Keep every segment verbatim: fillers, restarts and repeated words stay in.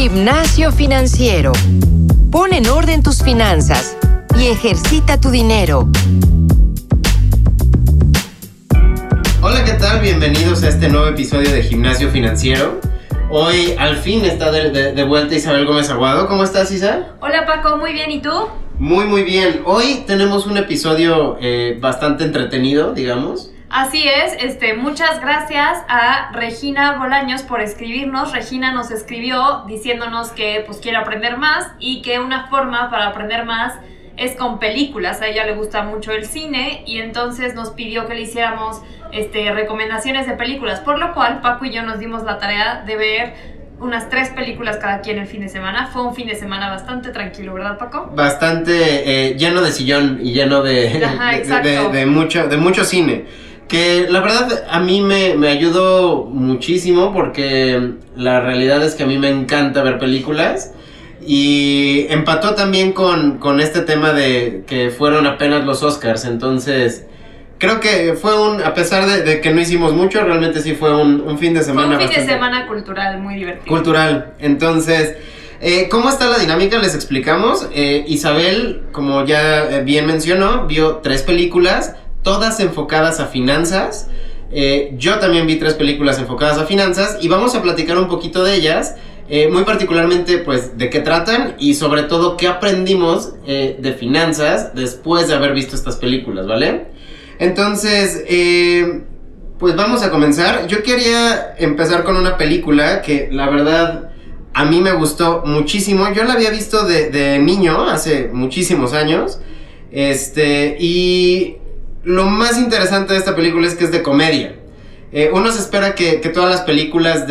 Gimnasio Financiero. Pon en orden tus finanzas y ejercita tu dinero. Hola, ¿qué tal? Bienvenidos a este nuevo episodio de Gimnasio Financiero. Hoy al fin está de, de, de vuelta Isabel Gómez Aguado. ¿Cómo estás, Isa? Hola, Paco, muy bien, ¿y tú? Muy, muy bien. Hoy tenemos un episodio eh, bastante entretenido, digamos. Así es, este, muchas gracias a Regina Bolaños por escribirnos. Regina nos escribió diciéndonos que pues quiere aprender más y que una forma para aprender más es con películas. A ella le gusta mucho el cine y entonces nos pidió que le hiciéramos este, recomendaciones de películas, por lo cual Paco y yo nos dimos la tarea de ver unas tres películas cada quien el fin de semana. Fue un fin de semana bastante tranquilo, ¿verdad, Paco? Bastante eh, lleno de sillón y lleno de, Ajá, de, de, de, de, mucho, de mucho cine. Que la verdad a mí me, me ayudó muchísimo porque la realidad es que a mí me encanta ver películas. Y empató también con, con este tema de que fueron apenas los Oscars. Entonces creo que fue un, a pesar de, de que no hicimos mucho, realmente sí fue un, un fin de semana. Fue un fin de semana cultural, muy divertido. Cultural, entonces, eh, ¿cómo está la dinámica? Les explicamos. eh, Isabel, como ya bien mencionó, vio tres películas, todas enfocadas a finanzas. eh, Yo también vi tres películas enfocadas a finanzas y vamos a platicar un poquito de ellas. Eh, muy particularmente, pues, de qué tratan y sobre todo qué aprendimos eh, de finanzas después de haber visto estas películas, ¿vale? Entonces, eh, pues vamos a comenzar. Yo quería empezar con una película que la verdad a mí me gustó muchísimo. Yo la había visto de, de niño hace muchísimos años. Este, y lo más interesante de esta película es que es de comedia. Eh, uno se espera que, que todas las películas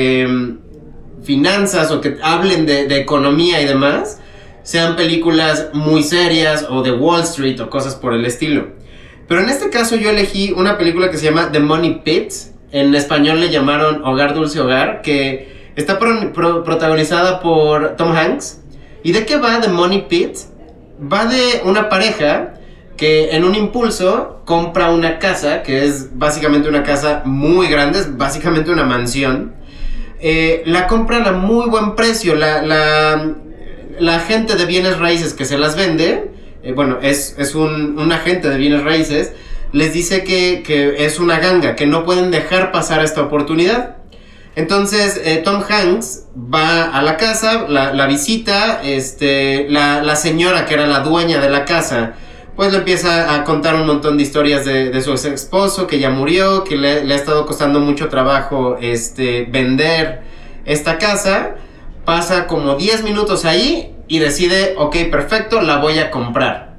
de finanzas o que hablen de, de economía y demás sean películas muy serias o de Wall Street o cosas por el estilo, pero en este caso yo elegí una película que se llama The Money Pit. En español le llamaron Hogar Dulce Hogar, que está pro, pro, protagonizada por Tom Hanks. ¿Y de qué va The Money Pit? Va de una pareja que en un impulso compra una casa, que es básicamente una casa muy grande, es básicamente una mansión. Eh, la compran a muy buen precio. La, la, la agente de bienes raíces que se las vende, eh, bueno, es, es un, un agente de bienes raíces, les dice que, que es una ganga, que no pueden dejar pasar esta oportunidad. Entonces eh, Tom Hanks va a la casa, la, la visita, este, la, la señora que era la dueña de la casa, pues le empieza a contar un montón de historias de, de su ex esposo que ya murió, que le, le ha estado costando mucho trabajo este, vender esta casa. Pasa como diez minutos ahí y decide, ok, perfecto, la voy a comprar.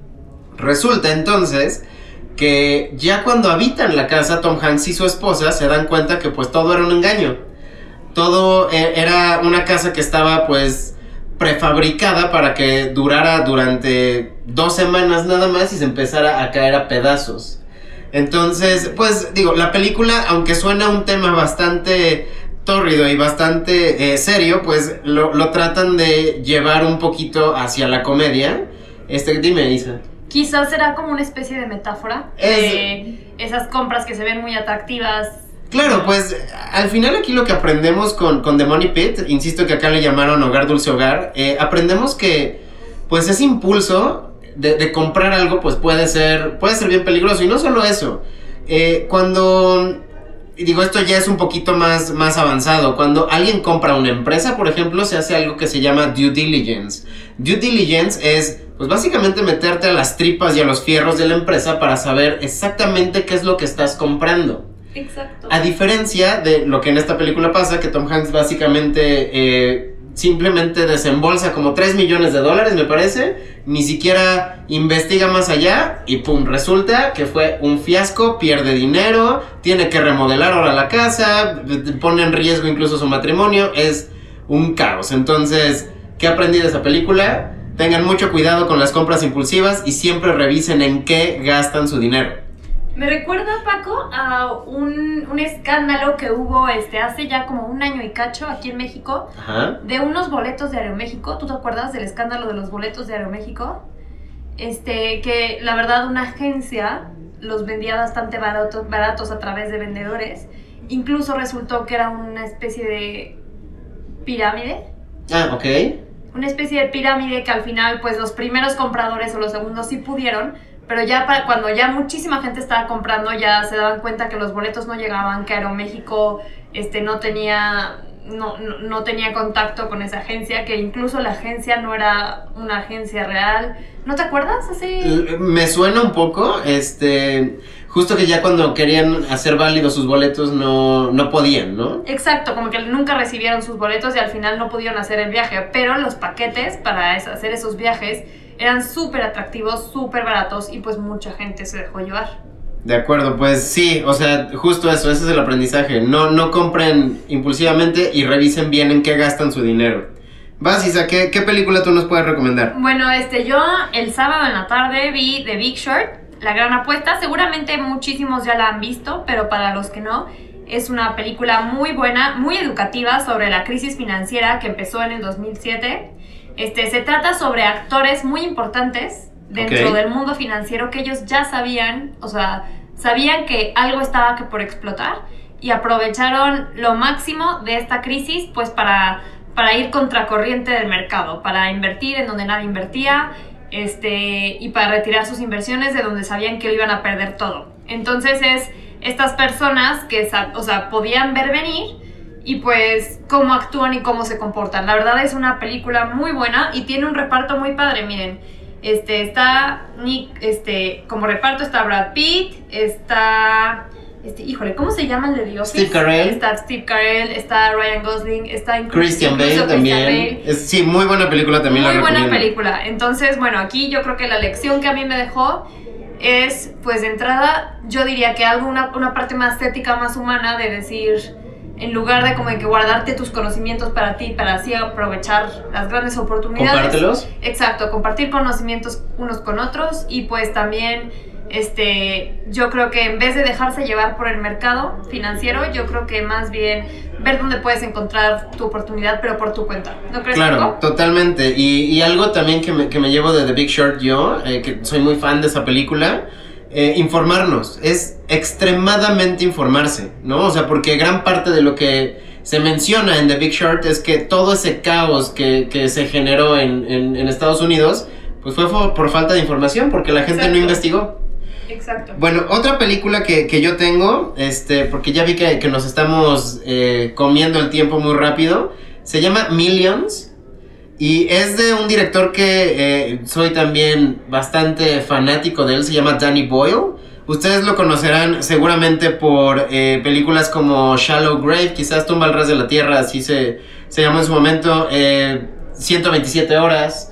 Resulta entonces que ya cuando habitan la casa, Tom Hanks y su esposa se dan cuenta que pues todo era un engaño. Todo era una casa que estaba pues prefabricada para que durara durante dos semanas nada más y se empezara a caer a pedazos. Entonces, pues digo, la película, aunque suena un tema bastante tórrido y bastante eh, serio, pues lo, lo tratan de llevar un poquito hacia la comedia. Este, dime, Isa. Quizás será como una especie de metáfora es... de esas compras que se ven muy atractivas. Claro, pues al final aquí lo que aprendemos con, con The Money Pit, insisto que acá le llamaron Hogar Dulce Hogar, eh, aprendemos que pues ese impulso de, de comprar algo pues puede ser, puede ser bien peligroso. Y no solo eso, eh, cuando, digo, esto ya es un poquito más, más avanzado, cuando alguien compra una empresa, por ejemplo, se hace algo que se llama due diligence. Due diligence es pues básicamente meterte a las tripas y a los fierros de la empresa para saber exactamente qué es lo que estás comprando. Exacto. A diferencia de lo que en esta película pasa, que Tom Hanks básicamente eh, simplemente desembolsa como tres millones de dólares, me parece, ni siquiera investiga más allá y pum, resulta que fue un fiasco, pierde dinero, tiene que remodelar ahora la casa, pone en riesgo incluso su matrimonio, es un caos. Entonces, ¿qué aprendí de esa película? Tengan mucho cuidado con las compras impulsivas y siempre revisen en qué gastan su dinero. Me recuerda, Paco, a un, un escándalo que hubo este, hace ya como un año y cacho aquí en México. Ajá. De unos boletos de Aeroméxico. ¿Tú te acuerdas del escándalo de los boletos de Aeroméxico? Este, que la verdad una agencia los vendía bastante baratos, baratos a través de vendedores. Incluso resultó que era una especie de pirámide Ah, ok. Una especie de pirámide que al final, pues los primeros compradores o los segundos sí pudieron, pero ya para, cuando ya muchísima gente estaba comprando, ya se daban cuenta que los boletos no llegaban, que Aeroméxico este, no tenía... No, no, no tenía contacto con esa agencia, que incluso la agencia no era una agencia real. ¿No te acuerdas? Así... Me suena un poco, este... Justo que ya cuando querían hacer válidos sus boletos no, no podían, ¿no? Exacto, como que nunca recibieron sus boletos y al final no pudieron hacer el viaje. Pero los paquetes para hacer esos viajes eran súper atractivos, súper baratos y pues mucha gente se dejó llevar. De acuerdo, pues sí, o sea, justo eso, ese es el aprendizaje. No, no compren impulsivamente y revisen bien en qué gastan su dinero. Vas, Isa, ¿qué, qué película tú nos puedes recomendar? Bueno, este, yo el sábado en la tarde vi The Big Short, La Gran Apuesta. Seguramente muchísimos ya la han visto, pero para los que no, es una película muy buena, muy educativa sobre la crisis financiera que empezó en el dos mil siete. Este, se trata sobre actores muy importantes dentro okay. del mundo financiero que ellos ya sabían, o sea, sabían que algo estaba que por explotar y aprovecharon lo máximo de esta crisis pues para, para ir contracorriente del mercado, para invertir en donde nadie invertía este, y para retirar sus inversiones de donde sabían que lo iban a perder todo. Entonces es estas personas que o sea, podían ver venir y pues cómo actúan y cómo se comportan. La verdad es una película muy buena y tiene un reparto muy padre, miren. Este, está Nick, este, como reparto está Brad Pitt, está, este, híjole, ¿cómo se llama el de The Office? Steve Carell. Está Steve Carell, está Ryan Gosling, está incluso Christian Bale Christian también. Bale. Es, sí, muy buena película también. Muy la buena recomiendo. película. Entonces, bueno, aquí yo creo que la lección que a mí me dejó es, pues de entrada, yo diría que algo, una, una parte más ética, más humana de decir... En lugar de como de que guardarte tus conocimientos para ti, para así aprovechar las grandes oportunidades. Compártelos. Exacto, compartir conocimientos unos con otros y pues también este, yo creo que en vez de dejarse llevar por el mercado financiero, yo creo que más bien ver dónde puedes encontrar tu oportunidad, pero por tu cuenta. ¿No crees? Claro, algo? Totalmente. Y, y algo también que me, que me llevo de The Big Short yo, eh, que soy muy fan de esa película. Eh, informarnos, es extremadamente informarse, ¿no? O sea, porque gran parte de lo que se menciona en The Big Short es que todo ese caos que, que se generó en, en, en Estados Unidos, pues fue por, por falta de información, porque la gente Exacto. no investigó. Exacto. Bueno, otra película que, que yo tengo, este, porque ya vi que, que nos estamos eh, comiendo el tiempo muy rápido, se llama Millions. Y es de un director que eh, soy también bastante fanático de él, se llama Danny Boyle. Ustedes lo conocerán seguramente por eh, películas como Shallow Grave, quizás Tumba al ras de la tierra, así se, se llamó en su momento, eh, ciento veintisiete horas,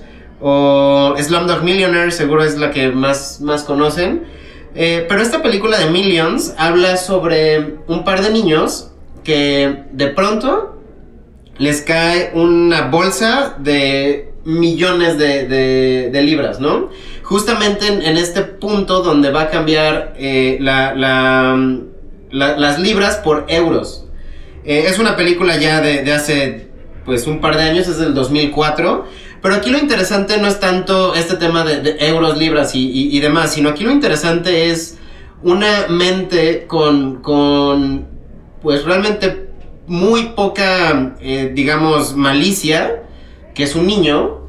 o Slumdog Millionaire, seguro es la que más, más conocen. Eh, pero esta película de Millions habla sobre un par de niños que de pronto... les cae una bolsa de millones de, de, de libras, ¿no? Justamente en, en este punto donde va a cambiar eh, la, la, la, las libras por euros. Eh, es una película ya de, de hace pues un par de años, es del dos mil cuatro. Pero aquí lo interesante no es tanto este tema de, de euros, libras y, y, y demás, sino aquí lo interesante es una mente con, con pues realmente... muy poca, eh, digamos, malicia, que es un niño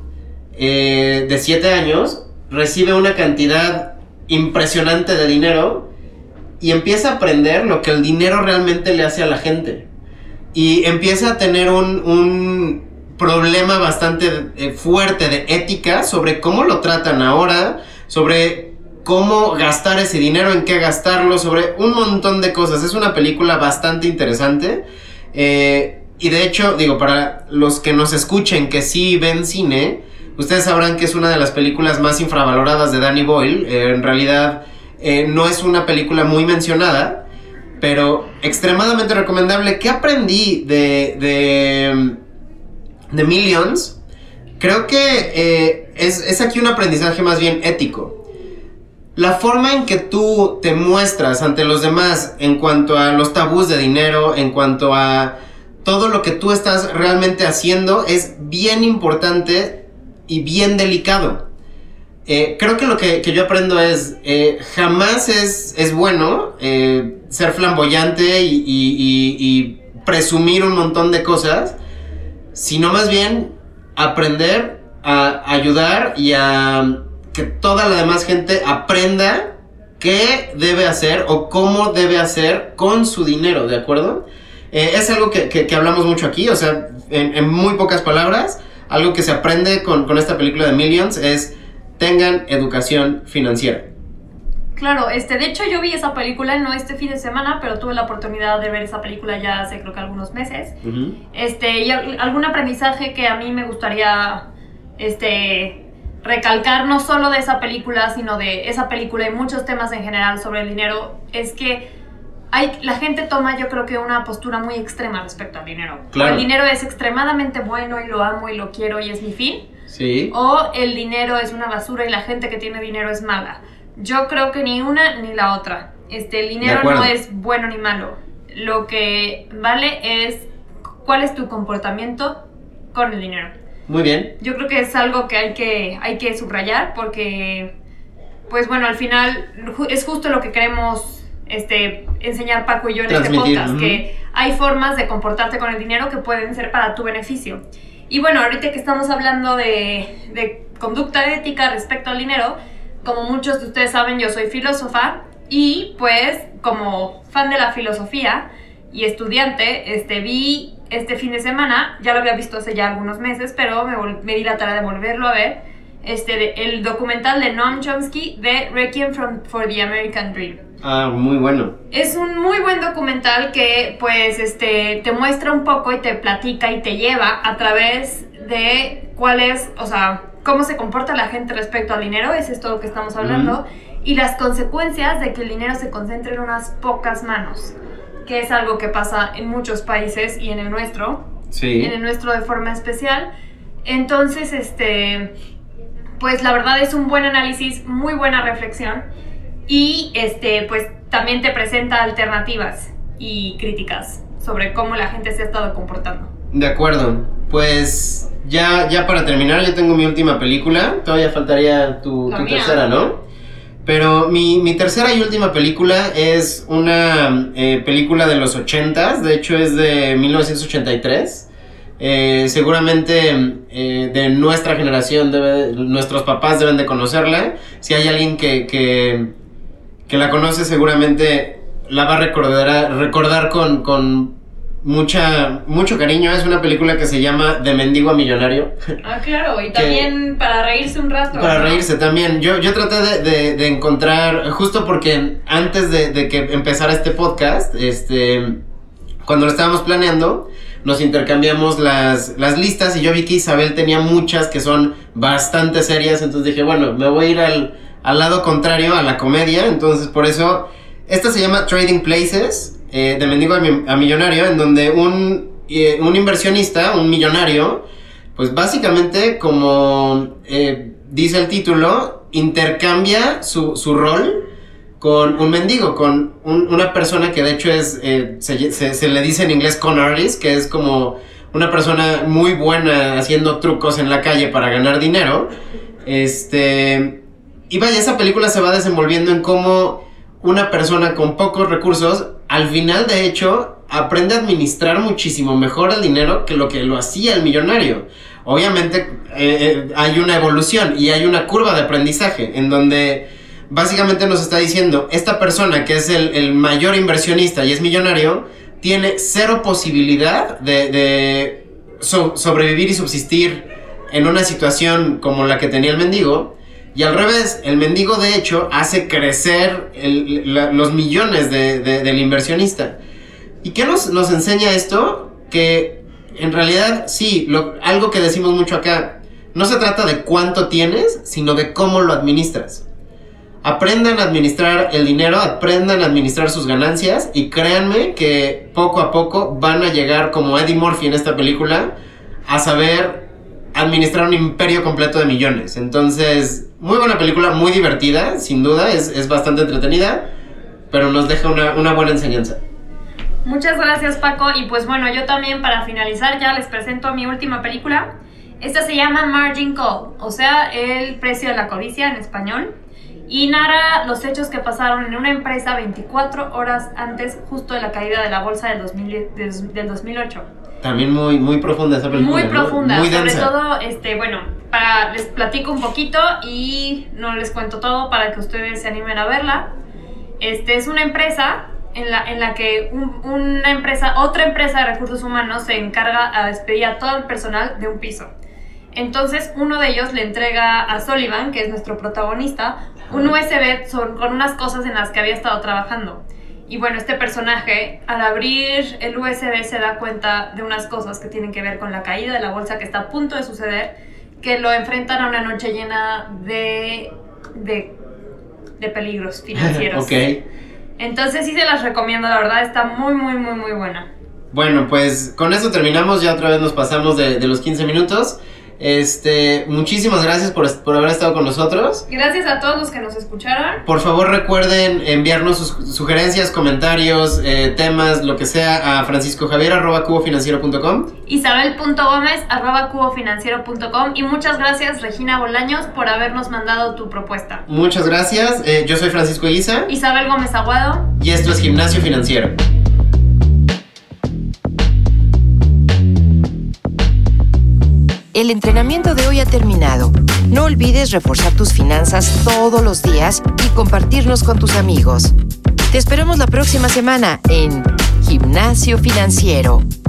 eh, de siete años, recibe una cantidad impresionante de dinero y empieza a aprender lo que el dinero realmente le hace a la gente. Y empieza a tener un, un problema bastante eh, fuerte de ética sobre cómo lo tratan ahora, sobre cómo gastar ese dinero, en qué gastarlo, sobre un montón de cosas. Es una película bastante interesante. Eh, y de hecho, digo, para los que nos escuchen que sí ven cine, ustedes sabrán que es una de las películas más infravaloradas de Danny Boyle. Eh, en realidad eh, no es una película muy mencionada, pero extremadamente recomendable. ¿Qué aprendí de, de, de Millions? Creo que eh, es, es aquí un aprendizaje más bien ético. La forma en que tú te muestras ante los demás en cuanto a los tabús de dinero, en cuanto a todo lo que tú estás realmente haciendo, es bien importante y bien delicado. Eh, creo que lo que, que yo aprendo es, eh, jamás es, es bueno eh, ser flamboyante y, y, y, y presumir un montón de cosas, sino más bien aprender a ayudar y a que toda la demás gente aprenda qué debe hacer o cómo debe hacer con su dinero, ¿de acuerdo? Eh, es algo que, que, que hablamos mucho aquí, o sea, en, en muy pocas palabras, algo que se aprende con, con esta película de Millions es tengan educación financiera. Claro, este, de hecho yo vi esa película no este fin de semana, pero tuve la oportunidad de ver esa película ya hace creo que algunos meses. Uh-huh. Este, y algún aprendizaje que a mí me gustaría este, recalcar no solo de esa película, sino de esa película y muchos temas en general sobre el dinero, es que hay, la gente toma yo creo que una postura muy extrema respecto al dinero. Claro. O el dinero es extremadamente bueno y lo amo y lo quiero y es mi fin. Sí. O el dinero es una basura y la gente que tiene dinero es mala. Yo creo que ni una ni la otra. Este, el dinero no es bueno ni malo. Lo que vale es cuál es tu comportamiento con el dinero. Muy bien. Yo creo que es algo que hay que, hay que subrayar porque, pues bueno, al final es justo lo que queremos este, enseñar Paco y yo en este podcast. Uh-huh. Que hay formas de comportarte con el dinero que pueden ser para tu beneficio. Y bueno, ahorita que estamos hablando de, de conducta ética respecto al dinero, como muchos de ustedes saben, yo soy filósofa y pues como fan de la filosofía y estudiante, este, vi este fin de semana, ya lo había visto hace ya algunos meses, pero me, vol- me di la tarea de volverlo a ver, este, de, el documental de Noam Chomsky de Requiem from, for the American Dream. Ah, muy bueno. Es un muy buen documental que pues este, te muestra un poco y te platica y te lleva a través de cuál es, o sea, cómo se comporta la gente respecto al dinero, ese es todo lo que estamos hablando, mm. y las consecuencias de que el dinero se concentre en unas pocas manos, que es algo que pasa en muchos países y en el nuestro, sí. en el nuestro de forma especial. Entonces, este, pues la verdad es un buen análisis, muy buena reflexión, y este, pues también te presenta alternativas y críticas sobre cómo la gente se ha estado comportando. De acuerdo, pues ya, ya para terminar, yo tengo mi última película, todavía faltaría tu, tu tercera, ¿no? Pero mi, mi tercera y última película es una eh, película de los ochentas, de hecho es de mil novecientos ochenta y tres. Eh, seguramente eh, de nuestra generación, debe, nuestros papás deben de conocerla. Si hay alguien que, que, que la conoce, seguramente la va a recordar, recordar con, con mucha, mucho cariño. Es una película que se llama De Mendigo a Millonario. Ah, claro, y también para reírse un rato. Para ¿no? reírse también. Yo, yo traté de, de, de encontrar, justo porque antes de, de que empezara este podcast, este, cuando lo estábamos planeando, nos intercambiamos las, las listas y yo vi que Isabel tenía muchas que son bastante serias, entonces dije, bueno, me voy a ir al, al lado contrario, a la comedia. Entonces por eso, esta se llama Trading Places, eh, de Mendigo a, mi, a Millonario, en donde un, eh, un inversionista, un millonario, pues básicamente, como eh, dice el título, intercambia su, su rol con un mendigo, con un, una persona que de hecho es, eh, se, se, se le dice en inglés con artist, que es como una persona muy buena haciendo trucos en la calle para ganar dinero. Este, y vaya, esa película se va desenvolviendo en cómo una persona con pocos recursos, al final de hecho, aprende a administrar muchísimo mejor el dinero que lo que lo hacía el millonario. Obviamente eh, eh, hay una evolución y hay una curva de aprendizaje en donde básicamente nos está diciendo, esta persona que es el, el mayor inversionista y es millonario, tiene cero posibilidad de, de so, sobrevivir y subsistir en una situación como la que tenía el mendigo. Y al revés, el mendigo de hecho hace crecer el, la, los millones de, de, del inversionista. ¿Y qué nos, nos enseña esto? Que en realidad sí, lo, algo que decimos mucho acá, no se trata de cuánto tienes, sino de cómo lo administras. Aprendan a administrar el dinero, aprendan a administrar sus ganancias y créanme que poco a poco van a llegar, como Eddie Murphy en esta película, a saber administrar un imperio completo de millones. Entonces, muy buena película, muy divertida, sin duda, es, es bastante entretenida, pero nos deja una, una buena enseñanza. Muchas gracias, Paco, y pues bueno, yo también para finalizar ya les presento mi última película. Esta se llama Margin Call, o sea, El precio de la codicia en español. Y narra los hechos que pasaron en una empresa veinticuatro horas antes justo de la caída de la bolsa del, dos mil, del dos mil ocho. También muy, muy profunda esa película. Muy ¿no? profunda, muy sobre densa. todo, este, bueno, para, les platico un poquito y no les cuento todo para que ustedes se animen a verla. Este es una empresa en la, en la que un, una empresa, otra empresa de recursos humanos se encarga a despedir a todo el personal de un piso. Entonces uno de ellos le entrega a Sullivan, que es nuestro protagonista, un U S B son, con unas cosas en las que había estado trabajando. Y bueno, este personaje, al abrir el U S B, se da cuenta de unas cosas que tienen que ver con la caída de la bolsa que está a punto de suceder, que lo enfrentan a una noche llena de, de, de peligros financieros. Ok. Entonces sí se las recomiendo, la verdad, está muy, muy, muy, muy buena. Bueno, pues con eso terminamos, ya otra vez nos pasamos de, de los quince minutos. Este, muchísimas gracias por, por haber estado con nosotros. Gracias a todos los que nos escucharon. Por favor recuerden enviarnos sus sugerencias, comentarios, eh, temas, lo que sea a franciscojavier arroba cubofinanciero punto com, isabel punto gómez arroba cubofinanciero punto com. Y muchas gracias, Regina Bolaños, por habernos mandado tu propuesta. Muchas gracias, eh, yo soy Francisco Eguiza. Isabel Gómez Aguado. Y esto es Gimnasio Financiero. El entrenamiento de hoy ha terminado. No olvides reforzar tus finanzas todos los días y compartirnos con tus amigos. Te esperamos la próxima semana en Gimnasio Financiero.